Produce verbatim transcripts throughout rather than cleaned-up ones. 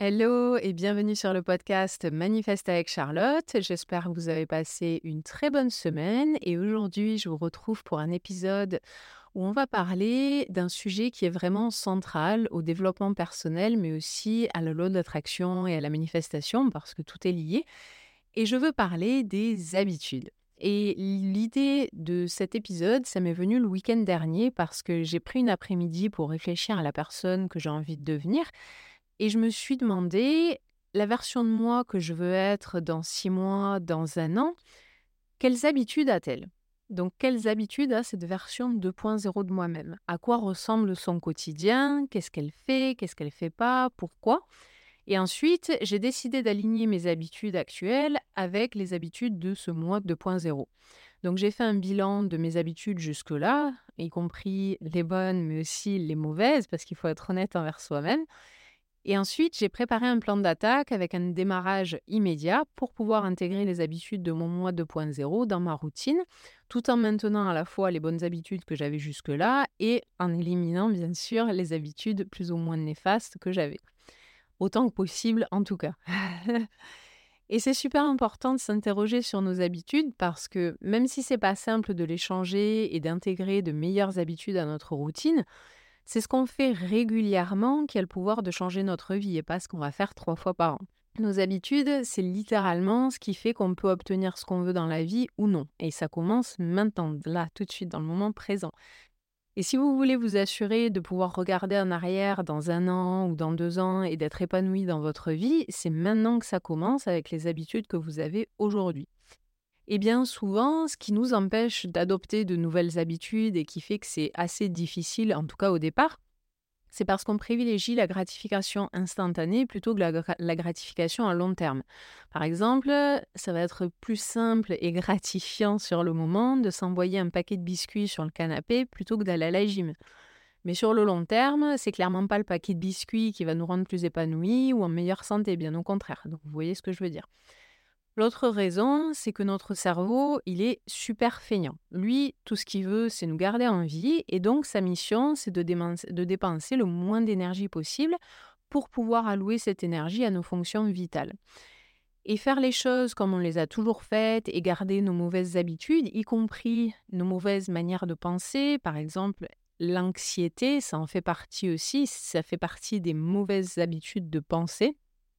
Hello et bienvenue sur le podcast Manifeste avec Charlotte. J'espère que vous avez passé une très bonne semaine et aujourd'hui je vous retrouve pour un épisode où on va parler d'un sujet qui est vraiment central au développement personnel mais aussi à la loi d'attraction et à la manifestation parce que tout est lié. Et je veux parler des habitudes. Et l'idée de cet épisode, ça m'est venu le week-end dernier parce que j'ai pris une après-midi pour réfléchir à la personne que j'ai envie de devenir. Et je me suis demandé, la version de moi que je veux être dans six mois, dans un an, quelles habitudes a-t-elle? Donc, quelles habitudes a cette version deux point zéro de moi-même? À quoi ressemble son quotidien? Qu'est-ce qu'elle fait? Qu'est-ce qu'elle fait pas? Pourquoi? Et ensuite, j'ai décidé d'aligner mes habitudes actuelles avec les habitudes de ce moi deux point zéro. Donc, j'ai fait un bilan de mes habitudes jusque-là, y compris les bonnes, mais aussi les mauvaises, parce qu'il faut être honnête envers soi-même. Et ensuite, j'ai préparé un plan d'attaque avec un démarrage immédiat pour pouvoir intégrer les habitudes de mon moi deux point zéro dans ma routine, tout en maintenant à la fois les bonnes habitudes que j'avais jusque-là et en éliminant bien sûr les habitudes plus ou moins néfastes que j'avais. Autant que possible en tout cas. Et c'est super important de s'interroger sur nos habitudes parce que même si c'est pas simple de les changer et d'intégrer de meilleures habitudes à notre routine, c'est ce qu'on fait régulièrement qui a le pouvoir de changer notre vie et pas ce qu'on va faire trois fois par an. Nos habitudes, c'est littéralement ce qui fait qu'on peut obtenir ce qu'on veut dans la vie ou non. Et ça commence maintenant, là, tout de suite, dans le moment présent. Et si vous voulez vous assurer de pouvoir regarder en arrière dans un an ou dans deux ans et d'être épanoui dans votre vie, c'est maintenant que ça commence avec les habitudes que vous avez aujourd'hui. Et bien souvent, ce qui nous empêche d'adopter de nouvelles habitudes et qui fait que c'est assez difficile, en tout cas au départ, c'est parce qu'on privilégie la gratification instantanée plutôt que la, gra- la gratification à long terme. Par exemple, ça va être plus simple et gratifiant sur le moment de s'envoyer un paquet de biscuits sur le canapé plutôt que d'aller à la gym. Mais sur le long terme, c'est clairement pas le paquet de biscuits qui va nous rendre plus épanouis ou en meilleure santé, bien au contraire. Donc vous voyez ce que je veux dire. L'autre raison, c'est que notre cerveau, il est super feignant. Lui, tout ce qu'il veut, c'est nous garder en vie, et donc sa mission, c'est de, démen- de dépenser le moins d'énergie possible pour pouvoir allouer cette énergie à nos fonctions vitales. Et faire les choses comme on les a toujours faites et garder nos mauvaises habitudes, y compris nos mauvaises manières de penser, par exemple l'anxiété, ça en fait partie aussi, ça fait partie des mauvaises habitudes de pensée.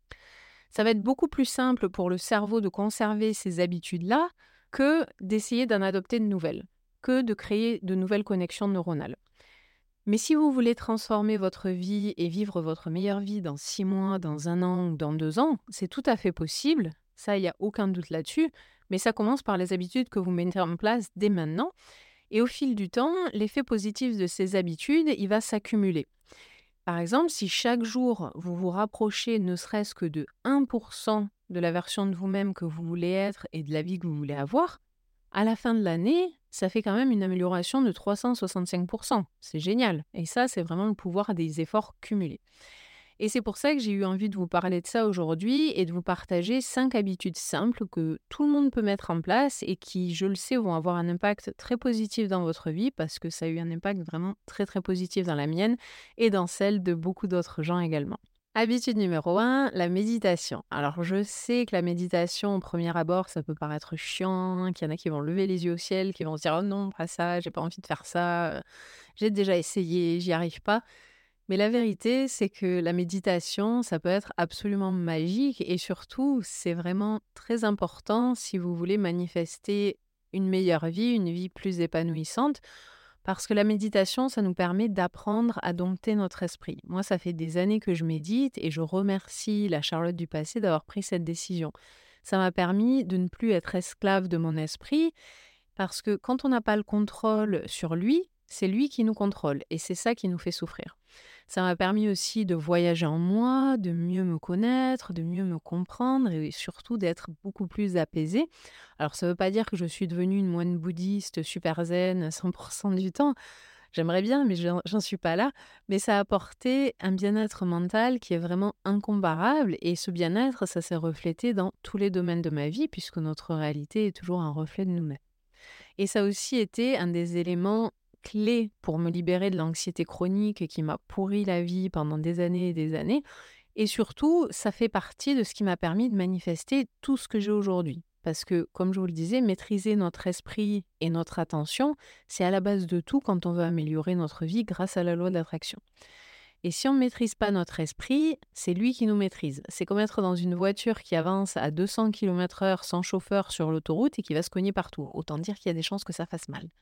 Ça va être beaucoup plus simple pour le cerveau de conserver ces habitudes-là que d'essayer d'en adopter de nouvelles, que de créer de nouvelles connexions neuronales. Mais si vous voulez transformer votre vie et vivre votre meilleure vie dans six mois, dans un an ou dans deux ans, c'est tout à fait possible. Ça, il n'y a aucun doute là-dessus. Mais ça commence par les habitudes que vous mettez en place dès maintenant. Et au fil du temps, l'effet positif de ces habitudes, il va s'accumuler. Par exemple, si chaque jour, vous vous rapprochez ne serait-ce que de un pour cent de la version de vous-même que vous voulez être et de la vie que vous voulez avoir, à la fin de l'année, ça fait quand même une amélioration de trois cent soixante-cinq pour cent. C'est génial. Et ça, c'est vraiment le pouvoir des efforts cumulés. Et c'est pour ça que j'ai eu envie de vous parler de ça aujourd'hui et de vous partager cinq habitudes simples que tout le monde peut mettre en place et qui, je le sais, vont avoir un impact très positif dans votre vie parce que ça a eu un impact vraiment très très positif dans la mienne et dans celle de beaucoup d'autres gens également. Habitude numéro un, la méditation. Alors je sais que la méditation au premier abord ça peut paraître chiant, qu'il y en a qui vont lever les yeux au ciel, qui vont se dire oh non pas ça, j'ai pas envie de faire ça, euh, j'ai déjà essayé, j'y arrive pas. Mais la vérité, c'est que la méditation, ça peut être absolument magique et surtout, c'est vraiment très important si vous voulez manifester une meilleure vie, une vie plus épanouissante, parce que la méditation, ça nous permet d'apprendre à dompter notre esprit. Moi, ça fait des années que je médite et je remercie la Charlotte du passé d'avoir pris cette décision. Ça m'a permis de ne plus être esclave de mon esprit, parce que quand on n'a pas le contrôle sur lui, c'est lui qui nous contrôle et c'est ça qui nous fait souffrir. Ça m'a permis aussi de voyager en moi, de mieux me connaître, de mieux me comprendre et surtout d'être beaucoup plus apaisée. Alors ça ne veut pas dire que je suis devenue une moine bouddhiste super zen cent pour cent du temps. J'aimerais bien, mais j'en, j'en suis pas là. Mais ça a apporté un bien-être mental qui est vraiment incomparable et ce bien-être, ça s'est reflété dans tous les domaines de ma vie puisque notre réalité est toujours un reflet de nous-mêmes. Et ça a aussi été un des éléments clés pour me libérer de l'anxiété chronique qui m'a pourri la vie pendant des années et des années. Et surtout, ça fait partie de ce qui m'a permis de manifester tout ce que j'ai aujourd'hui. Parce que, comme je vous le disais, maîtriser notre esprit et notre attention, c'est à la base de tout quand on veut améliorer notre vie grâce à la loi de l'attraction. Et si on ne maîtrise pas notre esprit, c'est lui qui nous maîtrise. C'est comme être dans une voiture qui avance à deux cents kilomètres heure sans chauffeur sur l'autoroute et qui va se cogner partout. Autant dire qu'il y a des chances que ça fasse mal.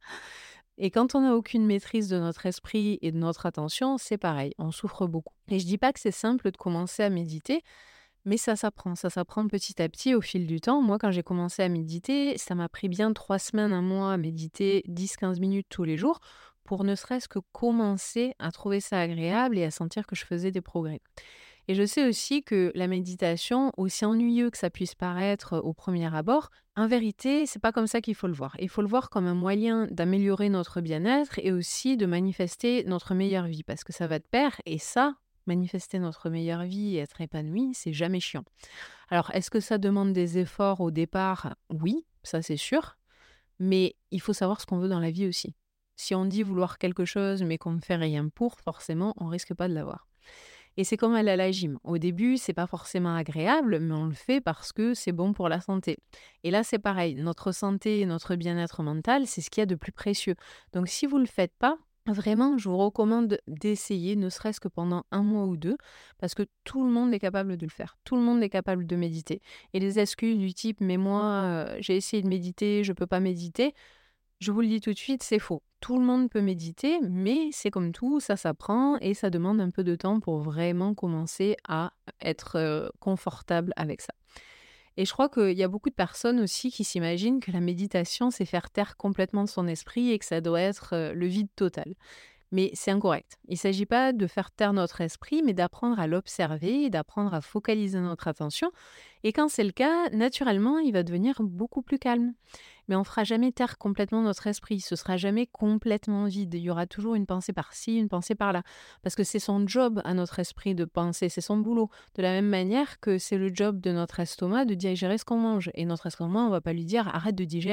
Et quand on n'a aucune maîtrise de notre esprit et de notre attention, c'est pareil, on souffre beaucoup. Et je dis pas que c'est simple de commencer à méditer, mais ça s'apprend, ça s'apprend petit à petit au fil du temps. Moi, quand j'ai commencé à méditer, ça m'a pris bien trois semaines, un mois à méditer dix à quinze minutes tous les jours pour ne serait-ce que commencer à trouver ça agréable et à sentir que je faisais des progrès. Et je sais aussi que la méditation, aussi ennuyeux que ça puisse paraître au premier abord, en vérité, c'est pas comme ça qu'il faut le voir. Il faut le voir comme un moyen d'améliorer notre bien-être et aussi de manifester notre meilleure vie, parce que ça va de pair, et ça, manifester notre meilleure vie et être épanoui, c'est jamais chiant. Alors, est-ce que ça demande des efforts au départ? Oui, ça c'est sûr, mais il faut savoir ce qu'on veut dans la vie aussi. Si on dit vouloir quelque chose mais qu'on ne fait rien pour, forcément, on risque pas de l'avoir. Et c'est comme aller à la gym. Au début, c'est pas forcément agréable, mais on le fait parce que c'est bon pour la santé. Et là, c'est pareil. Notre santé et notre bien-être mental, c'est ce qu'il y a de plus précieux. Donc, si vous le faites pas, vraiment, je vous recommande d'essayer, ne serait-ce que pendant un mois ou deux, parce que tout le monde est capable de le faire. Tout le monde est capable de méditer. Et les excuses du type, mais moi, euh, j'ai essayé de méditer, je peux pas méditer. Je vous le dis tout de suite, c'est faux. Tout le monde peut méditer, mais c'est comme tout, ça s'apprend et ça demande un peu de temps pour vraiment commencer à être euh, confortable avec ça. Et je crois qu'il y a beaucoup de personnes aussi qui s'imaginent que la méditation, c'est faire taire complètement son esprit et que ça doit être euh, le vide total. Mais c'est incorrect. Il ne s'agit pas de faire taire notre esprit, mais d'apprendre à l'observer et d'apprendre à focaliser notre attention. Et quand c'est le cas, naturellement, il va devenir beaucoup plus calme. Mais on ne fera jamais taire complètement notre esprit. Ce sera jamais complètement vide. Il y aura toujours une pensée par-ci, une pensée par-là. Parce que c'est son job à notre esprit de penser, c'est son boulot. De la même manière que c'est le job de notre estomac de digérer ce qu'on mange. Et notre estomac, on ne va pas lui dire « arrête de digérer ».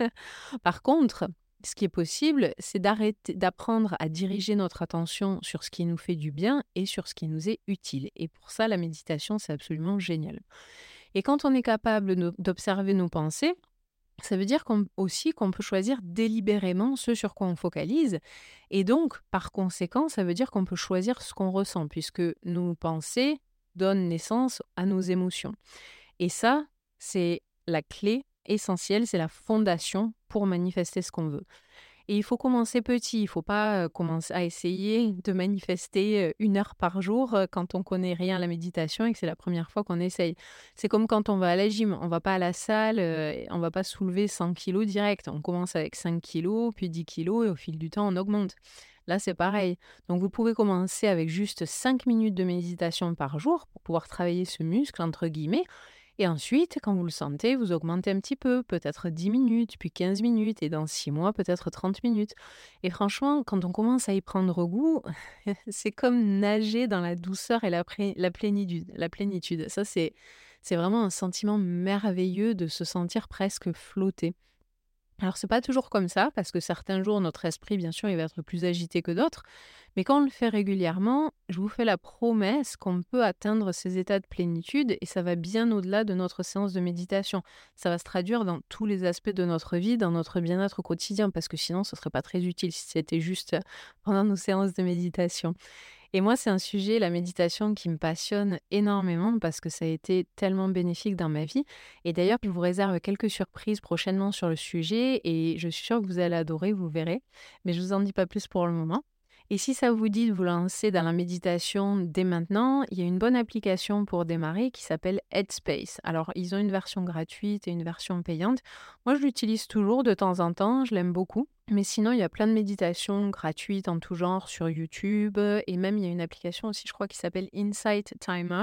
Par contre, ce qui est possible, c'est d'arrêter, d'apprendre à diriger notre attention sur ce qui nous fait du bien et sur ce qui nous est utile. Et pour ça, la méditation, c'est absolument génial. Et quand on est capable de- d'observer nos pensées, ça veut dire qu'on, aussi qu'on peut choisir délibérément ce sur quoi on focalise. Et donc, par conséquent, ça veut dire qu'on peut choisir ce qu'on ressent, puisque nos pensées donnent naissance à nos émotions. Et ça, c'est la clé essentielle, c'est la fondation pour manifester ce qu'on veut. Et il faut commencer petit, il ne faut pas euh, commencer à essayer de manifester euh, une heure par jour euh, quand on connaît rien à la méditation et que c'est la première fois qu'on essaye. C'est comme quand on va à la gym, on ne va pas à la salle, euh, et on ne va pas soulever cent kilos direct. On commence avec cinq kilos, puis dix kilos et au fil du temps, on augmente. Là, c'est pareil. Donc, vous pouvez commencer avec juste cinq minutes de méditation par jour pour pouvoir travailler ce muscle, entre guillemets. Et ensuite, quand vous le sentez, vous augmentez un petit peu, peut-être dix minutes, puis quinze minutes, et dans six mois, peut-être trente minutes. Et franchement, quand on commence à y prendre goût, c'est comme nager dans la douceur et la, pré- la plénitude. La plénitude. Ça, c'est, c'est vraiment un sentiment merveilleux de se sentir presque flotter. Alors, c'est pas toujours comme ça, parce que certains jours, notre esprit, bien sûr, il va être plus agité que d'autres. Mais quand on le fait régulièrement, je vous fais la promesse qu'on peut atteindre ces états de plénitude et ça va bien au-delà de notre séance de méditation. Ça va se traduire dans tous les aspects de notre vie, dans notre bien-être au quotidien, parce que sinon, ce serait pas très utile si c'était juste pendant nos séances de méditation. Et moi, c'est un sujet, la méditation, qui me passionne énormément parce que ça a été tellement bénéfique dans ma vie. Et d'ailleurs, je vous réserve quelques surprises prochainement sur le sujet et je suis sûre que vous allez adorer, vous verrez. Mais je vous en dis pas plus pour le moment. Et si ça vous dit de vous lancer dans la méditation dès maintenant, il y a une bonne application pour démarrer qui s'appelle Headspace. Alors, ils ont une version gratuite et une version payante. Moi, je l'utilise toujours de temps en temps, je l'aime beaucoup. Mais sinon, il y a plein de méditations gratuites en tout genre sur YouTube. Et même, il y a une application aussi, je crois, qui s'appelle Insight Timer,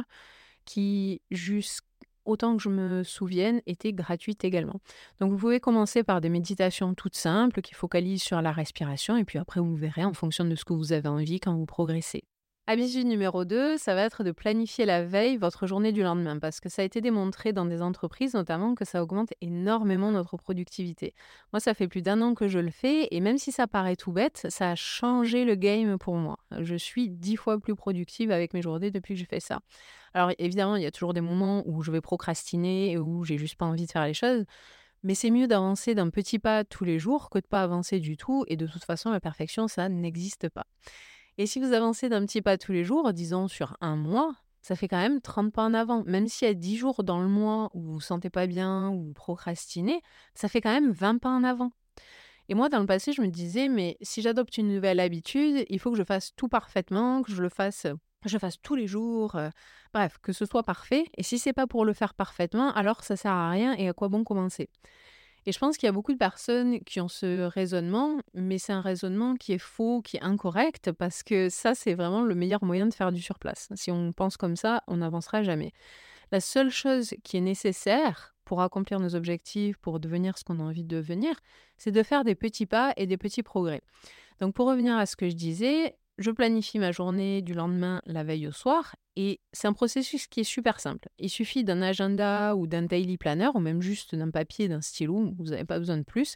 qui, jusqu'à autant que je me souvienne, était gratuite également. Donc, vous pouvez commencer par des méditations toutes simples qui focalisent sur la respiration. Et puis après, vous verrez en fonction de ce que vous avez envie quand vous progressez. Habitude numéro deux, ça va être de planifier la veille votre journée du lendemain parce que ça a été démontré dans des entreprises notamment que ça augmente énormément notre productivité. Moi, ça fait plus d'un an que je le fais et même si ça paraît tout bête, ça a changé le game pour moi. Je suis dix fois plus productive avec mes journées depuis que je fais ça. Alors évidemment, il y a toujours des moments où je vais procrastiner et où j'ai juste pas envie de faire les choses, mais c'est mieux d'avancer d'un petit pas tous les jours que de pas avancer du tout et de toute façon, la perfection, ça n'existe pas. Et si vous avancez d'un petit pas tous les jours, disons sur un mois, ça fait quand même trente pas en avant. Même s'il y a dix jours dans le mois où vous vous sentez pas bien ou vous procrastinez, ça fait quand même vingt pas en avant. Et moi, dans le passé, je me disais, mais si j'adopte une nouvelle habitude, il faut que je fasse tout parfaitement, que je le fasse, je le fasse tous les jours, euh, bref, que ce soit parfait. Et si c'est pas pour le faire parfaitement, alors ça sert à rien et à quoi bon commencer? Et je pense qu'il y a beaucoup de personnes qui ont ce raisonnement, mais c'est un raisonnement qui est faux, qui est incorrect, parce que ça, c'est vraiment le meilleur moyen de faire du surplace. Si on pense comme ça, on n'avancera jamais. La seule chose qui est nécessaire pour accomplir nos objectifs, pour devenir ce qu'on a envie de devenir, c'est de faire des petits pas et des petits progrès. Donc pour revenir à ce que je disais, je planifie ma journée du lendemain la veille au soir et c'est un processus qui est super simple. Il suffit d'un agenda ou d'un daily planner ou même juste d'un papier, d'un stylo, vous n'avez pas besoin de plus.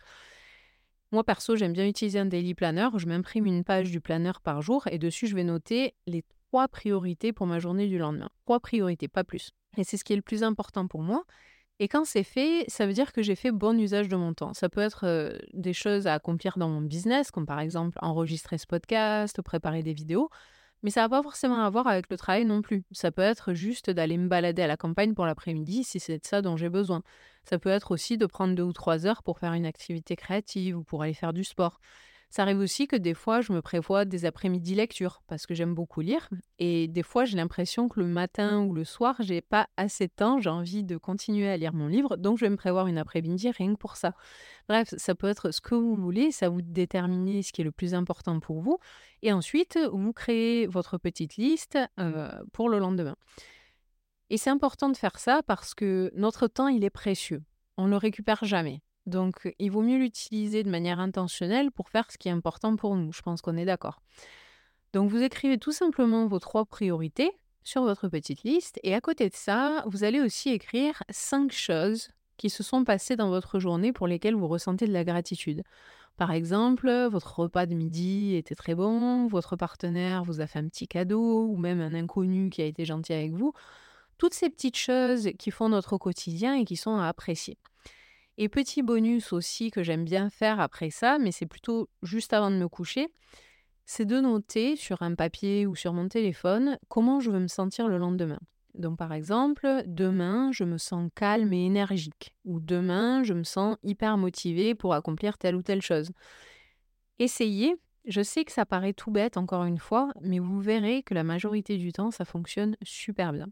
Moi perso, j'aime bien utiliser un daily planner, je m'imprime une page du planner par jour et dessus je vais noter les trois priorités pour ma journée du lendemain. Trois priorités, pas plus. Et c'est ce qui est le plus important pour moi. Et quand c'est fait, ça veut dire que j'ai fait bon usage de mon temps. Ça peut être euh, des choses à accomplir dans mon business, comme par exemple enregistrer ce podcast, préparer des vidéos, mais ça va pas forcément avoir avec le travail non plus. Ça peut être juste d'aller me balader à la campagne pour l'après-midi si c'est de ça dont j'ai besoin. Ça peut être aussi de prendre deux ou trois heures pour faire une activité créative ou pour aller faire du sport. Ça arrive aussi que des fois, je me prévois des après-midi lecture parce que j'aime beaucoup lire. Et des fois, j'ai l'impression que le matin ou le soir, j'ai pas assez de temps, j'ai envie de continuer à lire mon livre, donc je vais me prévoir une après-midi rien que pour ça. Bref, ça peut être ce que vous voulez, ça vous déterminer ce qui est le plus important pour vous. Et ensuite, vous créez votre petite liste euh, pour le lendemain. Et c'est important de faire ça parce que notre temps, il est précieux. On ne le récupère jamais. Donc, il vaut mieux l'utiliser de manière intentionnelle pour faire ce qui est important pour nous. Je pense qu'on est d'accord. Donc, vous écrivez tout simplement vos trois priorités sur votre petite liste. Et à côté de ça, vous allez aussi écrire cinq choses qui se sont passées dans votre journée pour lesquelles vous ressentez de la gratitude. Par exemple, votre repas de midi était très bon, votre partenaire vous a fait un petit cadeau ou même un inconnu qui a été gentil avec vous. Toutes ces petites choses qui font notre quotidien et qui sont à apprécier. Et petit bonus aussi que j'aime bien faire après ça, mais c'est plutôt juste avant de me coucher, c'est de noter sur un papier ou sur mon téléphone comment je veux me sentir le lendemain. Donc par exemple, demain, je me sens calme et énergique. Ou demain, je me sens hyper motivée pour accomplir telle ou telle chose. Essayez. Je sais que ça paraît tout bête encore une fois, mais vous verrez que la majorité du temps, ça fonctionne super bien.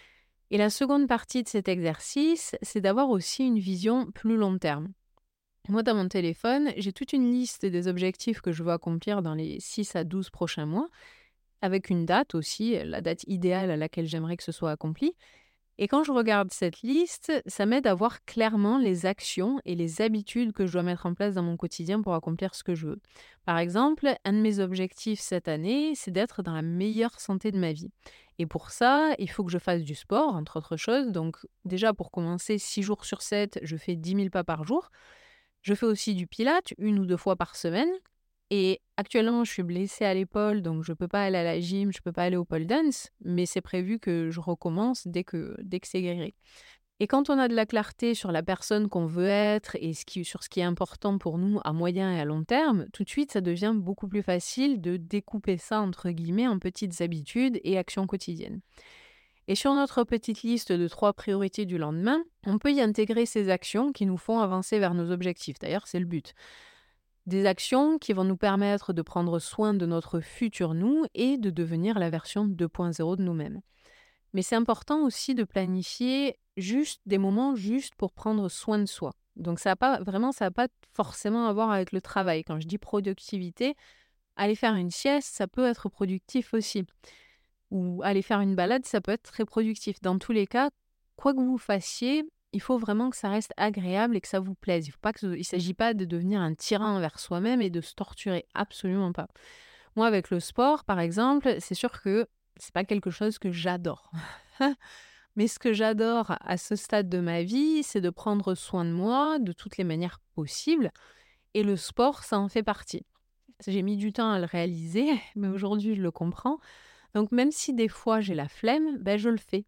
Et la seconde partie de cet exercice, c'est d'avoir aussi une vision plus long terme. Moi, dans mon téléphone, j'ai toute une liste des objectifs que je veux accomplir dans les six à douze prochains mois, avec une date aussi, la date idéale à laquelle j'aimerais que ce soit accompli. Et quand je regarde cette liste, ça m'aide à voir clairement les actions et les habitudes que je dois mettre en place dans mon quotidien pour accomplir ce que je veux. Par exemple, un de mes objectifs cette année, c'est d'être dans la meilleure santé de ma vie. Et pour ça, il faut que je fasse du sport, entre autres choses. Donc déjà, pour commencer, six jours sur sept, je fais dix mille pas par jour. Je fais aussi du pilates une ou deux fois par semaine. Et actuellement, je suis blessée à l'épaule, donc je ne peux pas aller à la gym, je ne peux pas aller au pole dance, mais c'est prévu que je recommence dès que, dès que c'est guéri. Et quand on a de la clarté sur la personne qu'on veut être et ce qui, sur ce qui est important pour nous à moyen et à long terme, tout de suite, ça devient beaucoup plus facile de découper ça, entre guillemets, en petites habitudes et actions quotidiennes. Et sur notre petite liste de trois priorités du lendemain, on peut y intégrer ces actions qui nous font avancer vers nos objectifs. D'ailleurs, c'est le but. Des actions qui vont nous permettre de prendre soin de notre futur nous et de devenir la version deux point zéro de nous-mêmes. Mais c'est important aussi de planifier juste des moments juste pour prendre soin de soi. Donc ça n'a pas vraiment ça n'a pas forcément à voir avec le travail. Quand je dis productivité, aller faire une sieste, ça peut être productif aussi. Ou aller faire une balade, ça peut être très productif. Dans tous les cas, quoi que vous fassiez, il faut vraiment que ça reste agréable et que ça vous plaise. Il faut pas que ce- il ne s'agit pas de devenir un tyran envers soi-même et de se torturer. Absolument pas. Moi, avec le sport, par exemple, c'est sûr que c'est pas quelque chose que j'adore. Mais ce que j'adore à ce stade de ma vie, c'est de prendre soin de moi de toutes les manières possibles. Et le sport, ça en fait partie. J'ai mis du temps à le réaliser, mais aujourd'hui, je le comprends. Donc, même si des fois j'ai la flemme, ben, je le fais.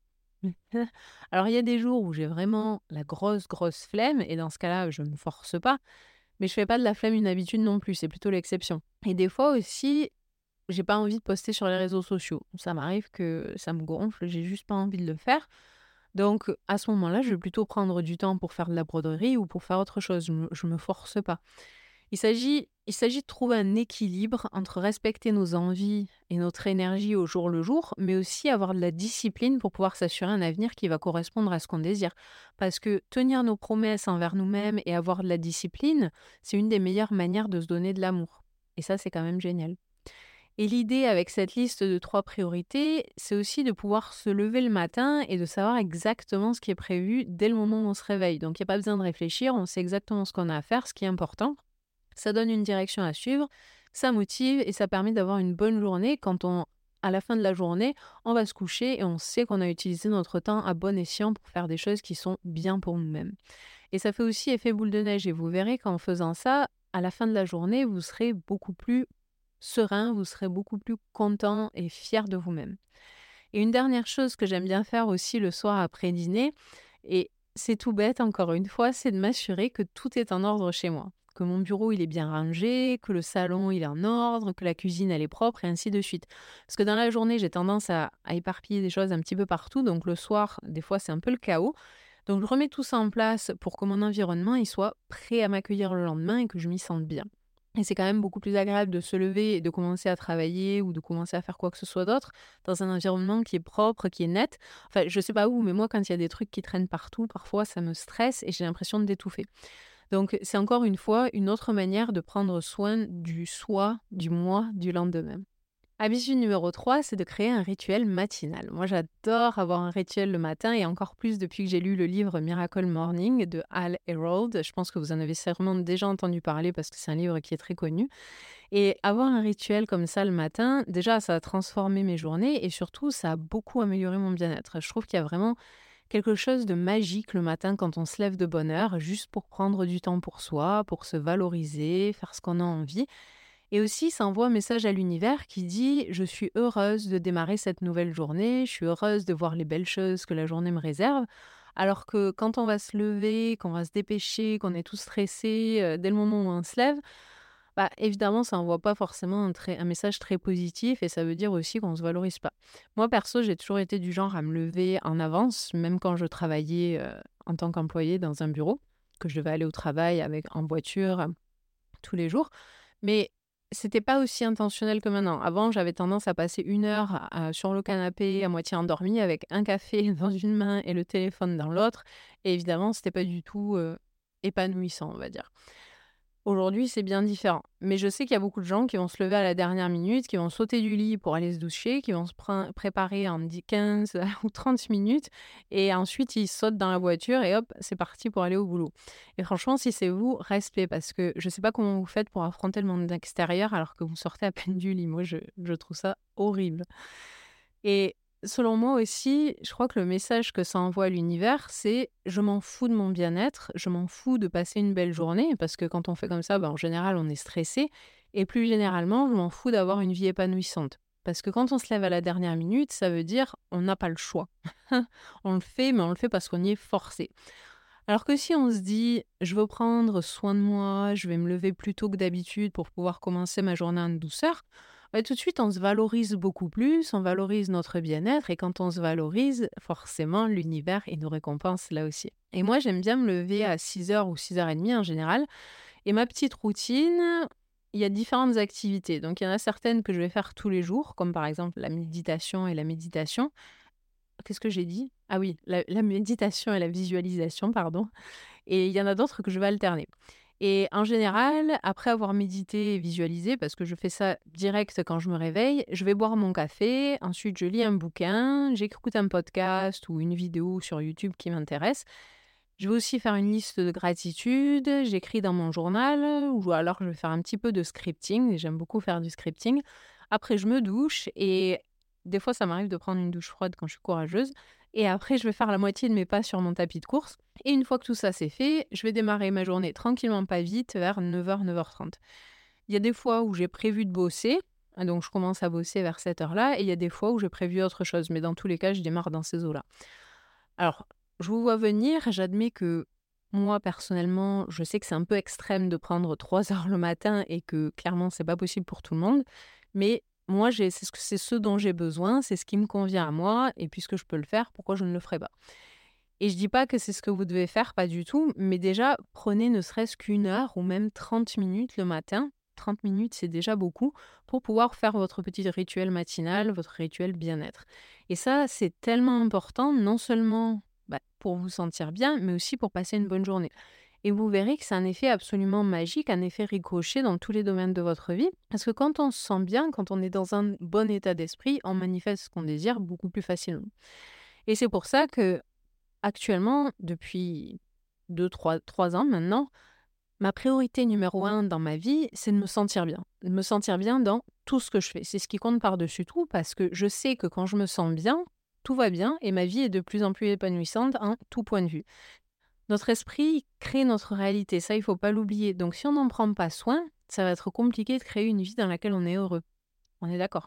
Alors, il y a des jours où j'ai vraiment la grosse, grosse flemme, et dans ce cas-là, je ne me force pas. Mais je fais pas de la flemme une habitude non plus, c'est plutôt l'exception. Et des fois aussi, j'ai pas envie de poster sur les réseaux sociaux. Ça m'arrive que ça me gonfle, j'ai juste pas envie de le faire. Donc, à ce moment-là, je vais plutôt prendre du temps pour faire de la broderie ou pour faire autre chose. Je me, je me force pas. Il s'agit, il s'agit de trouver un équilibre entre respecter nos envies et notre énergie au jour le jour, mais aussi avoir de la discipline pour pouvoir s'assurer un avenir qui va correspondre à ce qu'on désire. Parce que tenir nos promesses envers nous-mêmes et avoir de la discipline, c'est une des meilleures manières de se donner de l'amour. Et ça, c'est quand même génial. Et l'idée avec cette liste de trois priorités, c'est aussi de pouvoir se lever le matin et de savoir exactement ce qui est prévu dès le moment où on se réveille. Donc, il n'y a pas besoin de réfléchir, on sait exactement ce qu'on a à faire, ce qui est important. Ça donne une direction à suivre, ça motive et ça permet d'avoir une bonne journée quand on, à la fin de la journée, on va se coucher et on sait qu'on a utilisé notre temps à bon escient pour faire des choses qui sont bien pour nous-mêmes. Et ça fait aussi effet boule de neige et vous verrez qu'en faisant ça, à la fin de la journée, vous serez beaucoup plus serein, vous serez beaucoup plus content et fier de vous-même. Et une dernière chose que j'aime bien faire aussi le soir après dîner, et c'est tout bête encore une fois, c'est de m'assurer que tout est en ordre chez moi. Que mon bureau il est bien rangé, que le salon il est en ordre, que la cuisine elle est propre et ainsi de suite. Parce que dans la journée j'ai tendance à, à éparpiller des choses un petit peu partout, donc le soir des fois c'est un peu le chaos. Donc je remets tout ça en place pour que mon environnement il soit prêt à m'accueillir le lendemain et que je m'y sente bien. Et c'est quand même beaucoup plus agréable de se lever et de commencer à travailler ou de commencer à faire quoi que ce soit d'autre dans un environnement qui est propre, qui est net. Enfin, je sais pas où, mais moi, quand il y a des trucs qui traînent partout, parfois, ça me stresse et j'ai l'impression de d'étouffer. Donc, c'est encore une fois une autre manière de prendre soin du soi, du moi, du lendemain. Habitude numéro trois, c'est de créer un rituel matinal. Moi, j'adore avoir un rituel le matin et encore plus depuis que j'ai lu le livre Miracle Morning de Hal Herold. Je pense que vous en avez sûrement déjà entendu parler parce que c'est un livre qui est très connu. Et avoir un rituel comme ça le matin, déjà, ça a transformé mes journées et surtout, ça a beaucoup amélioré mon bien-être. Je trouve qu'il y a vraiment quelque chose de magique le matin quand on se lève de bonne heure, juste pour prendre du temps pour soi, pour se valoriser, faire ce qu'on a envie. Et aussi, ça envoie un message à l'univers qui dit: «Je suis heureuse de démarrer cette nouvelle journée, je suis heureuse de voir les belles choses que la journée me réserve». Alors que quand on va se lever, qu'on va se dépêcher, qu'on est tout stressé, heu, dès le moment où on se lève, bah, évidemment, ça envoie pas forcément un très un message très positif et ça veut dire aussi qu'on se valorise pas. Moi, perso, j'ai toujours été du genre à me lever en avance, même quand je travaillais, heu, en tant qu'employée dans un bureau, que je devais aller au travail avec en voiture, heu, tous les jours. Mais c'était pas aussi intentionnel que maintenant. Avant, j'avais tendance à passer une heure à- sur le canapé, à moitié endormie, avec un café dans une main et le téléphone dans l'autre. Et évidemment, c'était pas du tout euh, épanouissant, on va dire. Aujourd'hui, c'est bien différent. Mais je sais qu'il y a beaucoup de gens qui vont se lever à la dernière minute, qui vont sauter du lit pour aller se doucher, qui vont se prin- préparer en dix, quinze ou trente minutes, et ensuite ils sautent dans la voiture et hop, c'est parti pour aller au boulot. Et franchement, si c'est vous, respect, parce que je sais pas comment vous faites pour affronter le monde extérieur alors que vous sortez à peine du lit. Moi, je, je trouve ça horrible. Et selon moi aussi, je crois que le message que ça envoie à l'univers, c'est: je m'en fous de mon bien-être, je m'en fous de passer une belle journée, parce que quand on fait comme ça, ben, en général, on est stressé. Et plus généralement, je m'en fous d'avoir une vie épanouissante. Parce que quand on se lève à la dernière minute, ça veut dire on n'a pas le choix. On le fait, mais on le fait parce qu'on y est forcé. Alors que si on se dit, je veux prendre soin de moi, je vais me lever plus tôt que d'habitude pour pouvoir commencer ma journée en douceur, bah, tout de suite on se valorise beaucoup plus, on valorise notre bien-être et quand on se valorise, forcément l'univers il nous récompense là aussi. Et moi j'aime bien me lever à six heures ou six heures trente en général. Et ma petite routine, il y a différentes activités. Donc il y en a certaines que je vais faire tous les jours, comme par exemple la méditation et la méditation. Qu'est-ce que j'ai dit? Ah oui, la, la méditation et la visualisation, pardon. Et il y en a d'autres que je vais alterner. Et en général, après avoir médité et visualisé, parce que je fais ça direct quand je me réveille, je vais boire mon café, ensuite je lis un bouquin, j'écoute un podcast ou une vidéo sur YouTube qui m'intéresse. Je vais aussi faire une liste de gratitude, j'écris dans mon journal, ou alors je vais faire un petit peu de scripting, j'aime beaucoup faire du scripting. Après, je me douche et des fois, ça m'arrive de prendre une douche froide quand je suis courageuse. Et après, je vais faire la moitié de mes pas sur mon tapis de course. Et une fois que tout ça c'est fait, je vais démarrer ma journée tranquillement, pas vite, vers neuf heures, neuf heures trente. Il y a des fois où j'ai prévu de bosser, hein, donc je commence à bosser vers cette heure-là, et il y a des fois où j'ai prévu autre chose. Mais dans tous les cas, je démarre dans ces eaux-là. Alors, je vous vois venir, j'admets que moi, personnellement, je sais que c'est un peu extrême de prendre trois heures le matin et que clairement, c'est pas possible pour tout le monde. Mais moi, j'ai, c'est ce, que- c'est ce dont j'ai besoin, c'est ce qui me convient à moi, et puisque je peux le faire, pourquoi je ne le ferais pas? Et je dis pas que c'est ce que vous devez faire, pas du tout, mais déjà, prenez ne serait-ce qu'une heure ou même trente minutes le matin. Trente minutes, c'est déjà beaucoup pour pouvoir faire votre petit rituel matinal, votre rituel bien-être. Et ça, c'est tellement important, non seulement bah, pour vous sentir bien, mais aussi pour passer une bonne journée. Et vous verrez que c'est un effet absolument magique, un effet ricochet dans tous les domaines de votre vie. Parce que quand on se sent bien, quand on est dans un bon état d'esprit, on manifeste ce qu'on désire beaucoup plus facilement. Et c'est pour ça que actuellement, depuis deux, trois, trois ans maintenant, ma priorité numéro un dans ma vie, c'est de me sentir bien. De me sentir bien dans tout ce que je fais. C'est ce qui compte par-dessus tout parce que je sais que quand je me sens bien, tout va bien et ma vie est de plus en plus épanouissante en tout point de vue. Notre esprit crée notre réalité, ça il faut pas l'oublier. Donc si on n'en prend pas soin, ça va être compliqué de créer une vie dans laquelle on est heureux. On est d'accord?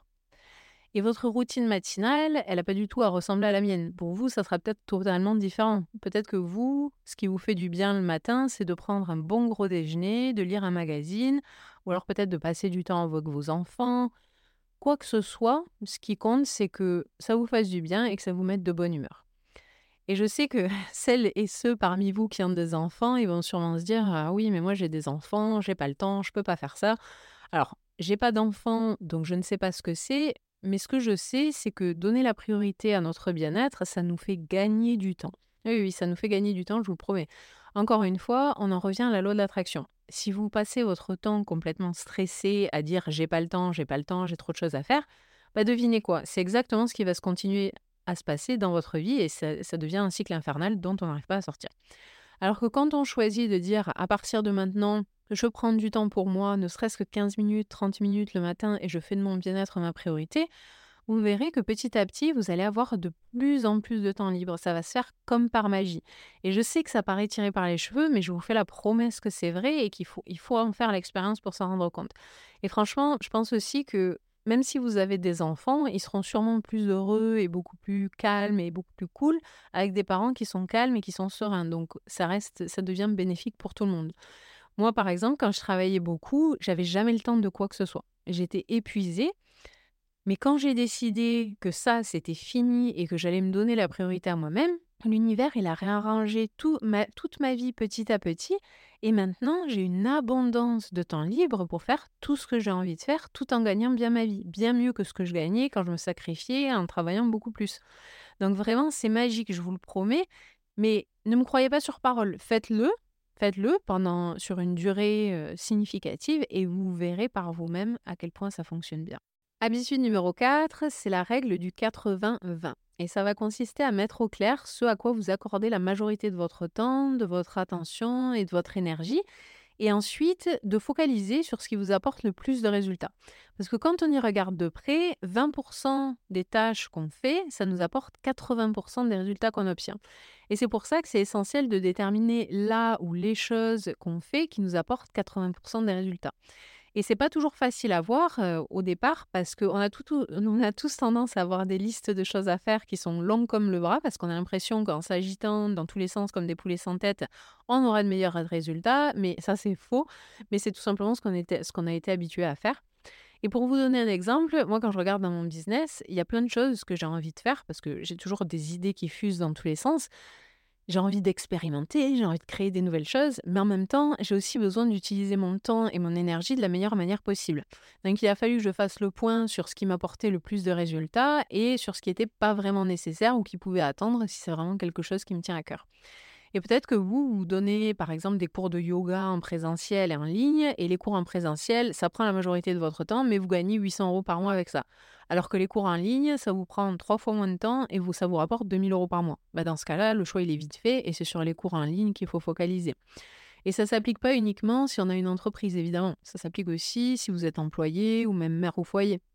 Et votre routine matinale, elle n'a pas du tout à ressembler à la mienne. Pour vous, ça sera peut-être totalement différent. Peut-être que vous, ce qui vous fait du bien le matin, c'est de prendre un bon gros déjeuner, de lire un magazine, ou alors peut-être de passer du temps avec vos enfants. Quoi que ce soit, ce qui compte, c'est que ça vous fasse du bien et que ça vous mette de bonne humeur. Et je sais que celles et ceux parmi vous qui ont des enfants, ils vont sûrement se dire: «Ah oui, mais moi j'ai des enfants, j'ai pas le temps, je peux pas faire ça». Alors, j'ai pas d'enfants, donc je ne sais pas ce que c'est, mais ce que je sais, c'est que donner la priorité à notre bien-être, ça nous fait gagner du temps. Oui, oui, ça nous fait gagner du temps, je vous le promets. Encore une fois, on en revient à la loi de l'attraction. Si vous passez votre temps complètement stressé à dire j'ai pas le temps, j'ai pas le temps, j'ai trop de choses à faire, bah devinez quoi, c'est exactement ce qui va se continuer à se passer dans votre vie et ça, ça devient un cycle infernal dont on n'arrive pas à sortir. Alors que quand on choisit de dire à partir de maintenant, je prends du temps pour moi, ne serait-ce que quinze minutes, trente minutes le matin et je fais de mon bien-être ma priorité, vous verrez que petit à petit, vous allez avoir de plus en plus de temps libre. Ça va se faire comme par magie. Et je sais que ça paraît tiré par les cheveux, mais je vous fais la promesse que c'est vrai et qu'il faut, il faut en faire l'expérience pour s'en rendre compte. Et franchement, je pense aussi que même si vous avez des enfants, ils seront sûrement plus heureux et beaucoup plus calmes et beaucoup plus cool avec des parents qui sont calmes et qui sont sereins. Donc ça reste, ça devient bénéfique pour tout le monde. Moi, par exemple, quand je travaillais beaucoup, j'avais jamais le temps de quoi que ce soit. J'étais épuisée. Mais quand j'ai décidé que ça, c'était fini et que j'allais me donner la priorité à moi-même, l'univers, il a réarrangé tout ma- toute ma vie petit à petit. Et maintenant, j'ai une abondance de temps libre pour faire tout ce que j'ai envie de faire tout en gagnant bien ma vie. Bien mieux que ce que je gagnais quand je me sacrifiais en travaillant beaucoup plus. Donc vraiment, c'est magique, je vous le promets. Mais ne me croyez pas sur parole. Faites-le. Faites-le pendant, sur une durée euh, significative et vous verrez par vous-même à quel point ça fonctionne bien. Habitude numéro quatre, c'est la règle du quatre-vingts vingt. Et ça va consister à mettre au clair ce à quoi vous accordez la majorité de votre temps, de votre attention et de votre énergie. Et ensuite, de focaliser sur ce qui vous apporte le plus de résultats. Parce que quand on y regarde de près, vingt pour cent des tâches qu'on fait, ça nous apporte quatre-vingts pour cent des résultats qu'on obtient. Et c'est pour ça que c'est essentiel de déterminer là ou les choses qu'on fait qui nous apportent quatre-vingts pour cent des résultats. Et c'est pas toujours facile à voir euh, au départ parce qu'on a, tout, tout- on a tous tendance à avoir des listes de choses à faire qui sont longues comme le bras parce qu'on a l'impression qu'en s'agitant dans tous les sens comme des poulets sans tête, on aura de meilleurs résultats. Mais ça, c'est faux. Mais c'est tout simplement ce qu'on était, ce qu'on a été habitué à faire. Et pour vous donner un exemple, moi, quand je regarde dans mon business, il y a plein de choses que j'ai envie de faire parce que j'ai toujours des idées qui fusent dans tous les sens. J'ai envie d'expérimenter, j'ai envie de créer des nouvelles choses, mais en même temps, j'ai aussi besoin d'utiliser mon temps et mon énergie de la meilleure manière possible. Donc il a fallu que je fasse le point sur ce qui m'apportait le plus de résultats et sur ce qui n'était pas vraiment nécessaire ou qui pouvait attendre si c'est vraiment quelque chose qui me tient à cœur. Et peut-être que vous, vous donnez par exemple des cours de yoga en présentiel et en ligne, et les cours en présentiel, ça prend la majorité de votre temps, mais vous gagnez huit cents euros par mois avec ça. Alors que les cours en ligne, ça vous prend trois fois moins de temps et vous, ça vous rapporte deux mille euros par mois. Bah dans ce cas-là, le choix il est vite fait et c'est sur les cours en ligne qu'il faut focaliser. Et ça ne s'applique pas uniquement si on a une entreprise, évidemment. Ça s'applique aussi si vous êtes employé ou même mère au foyer.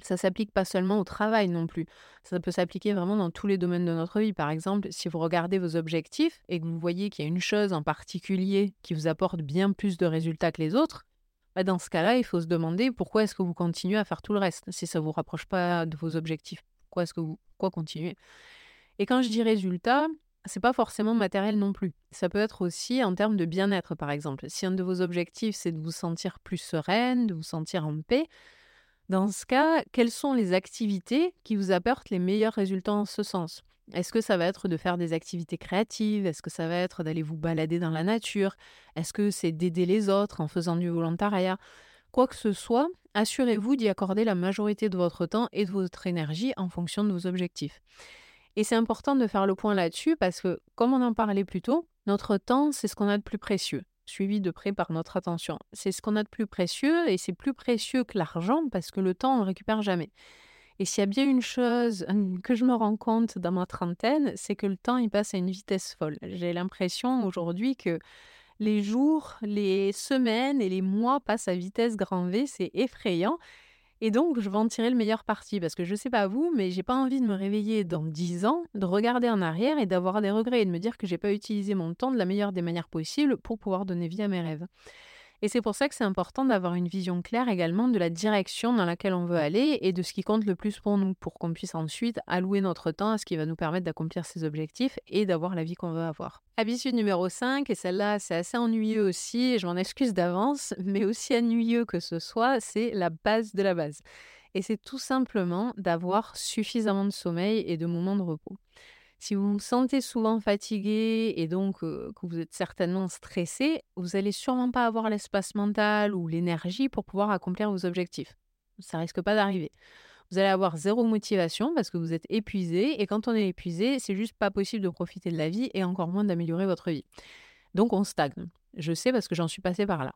Ça s'applique pas seulement au travail non plus. Ça peut s'appliquer vraiment dans tous les domaines de notre vie. Par exemple, si vous regardez vos objectifs et que vous voyez qu'il y a une chose en particulier qui vous apporte bien plus de résultats que les autres, bah, dans ce cas-là, il faut se demander pourquoi est-ce que vous continuez à faire tout le reste si ça ne vous rapproche pas de vos objectifs. Pourquoi est-ce que vous pourquoi continuer? Et quand je dis résultat, c'est pas forcément matériel non plus. Ça peut être aussi en termes de bien-être, par exemple. Si un de vos objectifs, c'est de vous sentir plus sereine, de vous sentir en paix, dans ce cas, quelles sont les activités qui vous apportent les meilleurs résultats en ce sens? Est-ce que ça va être de faire des activités créatives? Est-ce que ça va être d'aller vous balader dans la nature? Est-ce que c'est d'aider les autres en faisant du volontariat? Quoi que ce soit, assurez-vous d'y accorder la majorité de votre temps et de votre énergie en fonction de vos objectifs. Et c'est important de faire le point là-dessus parce que, comme on en parlait plus tôt, notre temps, c'est ce qu'on a de plus précieux, suivi de près par notre attention. C'est ce qu'on a de plus précieux et c'est plus précieux que l'argent parce que le temps, on ne le récupère jamais. Et s'il y a bien une chose hum, que je me rends compte dans ma trentaine, c'est que le temps, il passe à une vitesse folle. J'ai l'impression aujourd'hui que les jours, les semaines et les mois passent à vitesse grand V, c'est effrayant. Et donc, je vais en tirer le meilleur parti parce que je sais pas vous, mais j'ai pas envie de me réveiller dans dix ans, de regarder en arrière et d'avoir des regrets et de me dire que j'ai pas utilisé mon temps de la meilleure des manières possibles pour pouvoir donner vie à mes rêves. Et c'est pour ça que c'est important d'avoir une vision claire également de la direction dans laquelle on veut aller et de ce qui compte le plus pour nous, pour qu'on puisse ensuite allouer notre temps à ce qui va nous permettre d'accomplir ces objectifs et d'avoir la vie qu'on veut avoir. Habitude numéro cinq, et celle-là c'est assez ennuyeux aussi, et je m'en excuse d'avance, mais aussi ennuyeux que ce soit, c'est la base de la base. Et c'est tout simplement d'avoir suffisamment de sommeil et de moments de repos. Si vous vous sentez souvent fatigué et donc euh, que vous êtes certainement stressé, vous n'allez sûrement pas avoir l'espace mental ou l'énergie pour pouvoir accomplir vos objectifs. Ça risque pas d'arriver. Vous allez avoir zéro motivation parce que vous êtes épuisé et quand on est épuisé, c'est juste pas possible de profiter de la vie et encore moins d'améliorer votre vie. Donc on stagne. Je sais parce que j'en suis passée par là.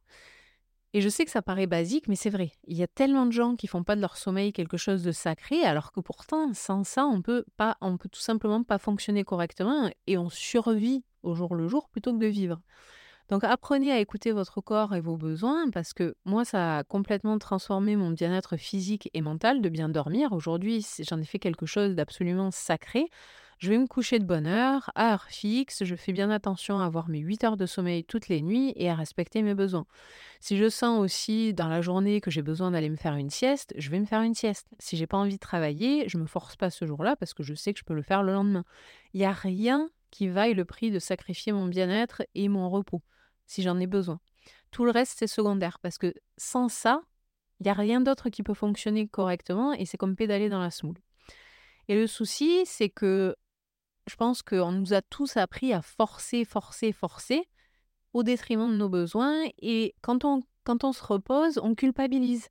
Et je sais que ça paraît basique, mais c'est vrai. Il y a tellement de gens qui font pas de leur sommeil quelque chose de sacré, alors que pourtant, sans ça, on peut pas, on peut tout simplement pas fonctionner correctement et on survit au jour le jour plutôt que de vivre. Donc apprenez à écouter votre corps et vos besoins parce que moi, ça a complètement transformé mon bien-être physique et mental de bien dormir. Aujourd'hui, c'est- j'en ai fait quelque chose d'absolument sacré. Je vais me coucher de bonne heure, à heure fixe, je fais bien attention à avoir mes huit heures de sommeil toutes les nuits et à respecter mes besoins. Si je sens aussi dans la journée que j'ai besoin d'aller me faire une sieste, je vais me faire une sieste. Si j'ai pas envie de travailler, je me force pas ce jour-là parce que je sais que je peux le faire le lendemain. Il n'y a rien qui vaille le prix de sacrifier mon bien-être et mon repos, si j'en ai besoin. Tout le reste, c'est secondaire parce que sans ça, il n'y a rien d'autre qui peut fonctionner correctement et c'est comme pédaler dans la semoule. Et le souci, c'est que je pense qu'on nous a tous appris à forcer, forcer, forcer au détriment de nos besoins et quand on, quand on se repose, on culpabilise.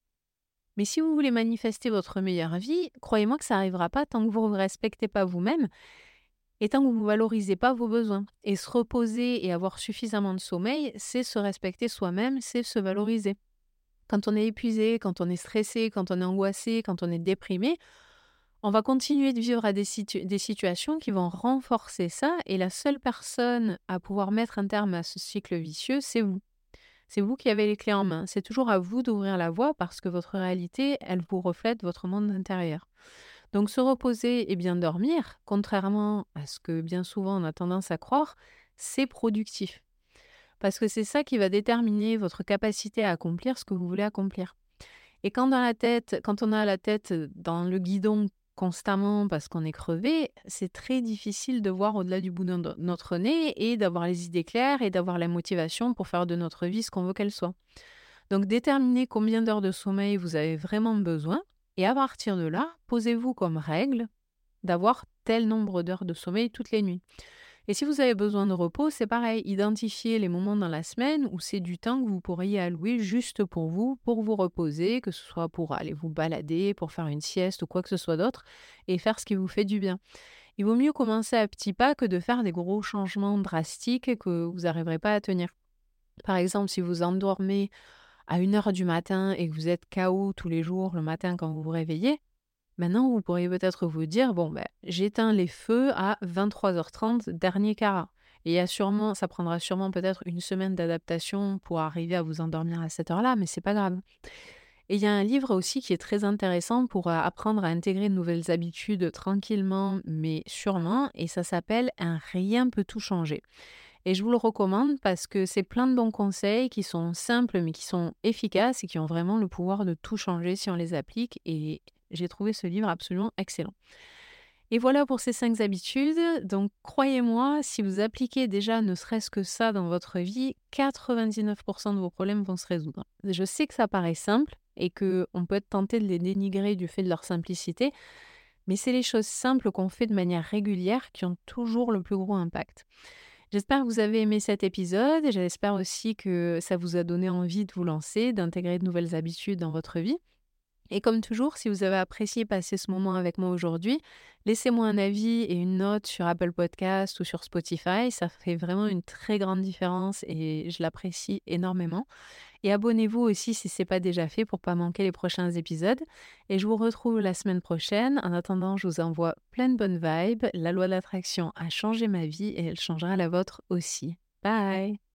Mais si vous voulez manifester votre meilleure vie, croyez-moi que ça n'arrivera pas tant que vous ne vous respectez pas vous-même et tant que vous ne valorisez pas vos besoins. Et se reposer et avoir suffisamment de sommeil, c'est se respecter soi-même, c'est se valoriser. Quand on est épuisé, quand on est stressé, quand on est angoissé, quand on est déprimé, on va continuer de vivre à des, situ- des situations qui vont renforcer ça et la seule personne à pouvoir mettre un terme à ce cycle vicieux, c'est vous. C'est vous qui avez les clés en main. C'est toujours à vous d'ouvrir la voie parce que votre réalité, elle vous reflète votre monde intérieur. Donc se reposer et bien dormir, contrairement à ce que bien souvent on a tendance à croire, c'est productif. Parce que c'est ça qui va déterminer votre capacité à accomplir ce que vous voulez accomplir. Et quand dans la tête, quand on a la tête dans le guidon constamment parce qu'on est crevé, c'est très difficile de voir au-delà du bout de no- notre nez et d'avoir les idées claires et d'avoir la motivation pour faire de notre vie ce qu'on veut qu'elle soit. Donc déterminez combien d'heures de sommeil vous avez vraiment besoin et à partir de là, posez-vous comme règle d'avoir tel nombre d'heures de sommeil toutes les nuits. Et si vous avez besoin de repos, c'est pareil. Identifiez les moments dans la semaine où c'est du temps que vous pourriez allouer juste pour vous, pour vous reposer, que ce soit pour aller vous balader, pour faire une sieste ou quoi que ce soit d'autre, et faire ce qui vous fait du bien. Il vaut mieux commencer à petits pas que de faire des gros changements drastiques que vous n'arriverez pas à tenir. Par exemple, si vous endormez à une heure du matin et que vous êtes K O tous les jours le matin quand vous vous réveillez, maintenant, vous pourriez peut-être vous dire, bon, ben, j'éteins les feux à vingt-trois heures trente, dernier carat. Et il y a sûrement, ça prendra sûrement peut-être une semaine d'adaptation pour arriver à vous endormir à cette heure-là, mais c'est pas grave. Et il y a un livre aussi qui est très intéressant pour euh, apprendre à intégrer de nouvelles habitudes tranquillement mais sûrement, et ça s'appelle Un rien peut tout changer. Et je vous le recommande parce que c'est plein de bons conseils qui sont simples mais qui sont efficaces et qui ont vraiment le pouvoir de tout changer si on les applique. Et j'ai trouvé ce livre absolument excellent. Et voilà pour ces cinq habitudes. Donc croyez-moi, si vous appliquez déjà ne serait-ce que ça dans votre vie, quatre-vingt-dix-neuf pour cent de vos problèmes vont se résoudre. Je sais que ça paraît simple et qu'on peut être tenté de les dénigrer du fait de leur simplicité, mais c'est les choses simples qu'on fait de manière régulière qui ont toujours le plus gros impact. J'espère que vous avez aimé cet épisode et j'espère aussi que ça vous a donné envie de vous lancer, d'intégrer de nouvelles habitudes dans votre vie. Et comme toujours, si vous avez apprécié passer ce moment avec moi aujourd'hui, laissez-moi un avis et une note sur Apple Podcast ou sur Spotify. Ça fait vraiment une très grande différence et je l'apprécie énormément. Et abonnez-vous aussi si ce n'est pas déjà fait pour ne pas manquer les prochains épisodes. Et je vous retrouve la semaine prochaine. En attendant, je vous envoie plein de bonnes vibes. La loi d'attraction a changé ma vie et elle changera la vôtre aussi. Bye!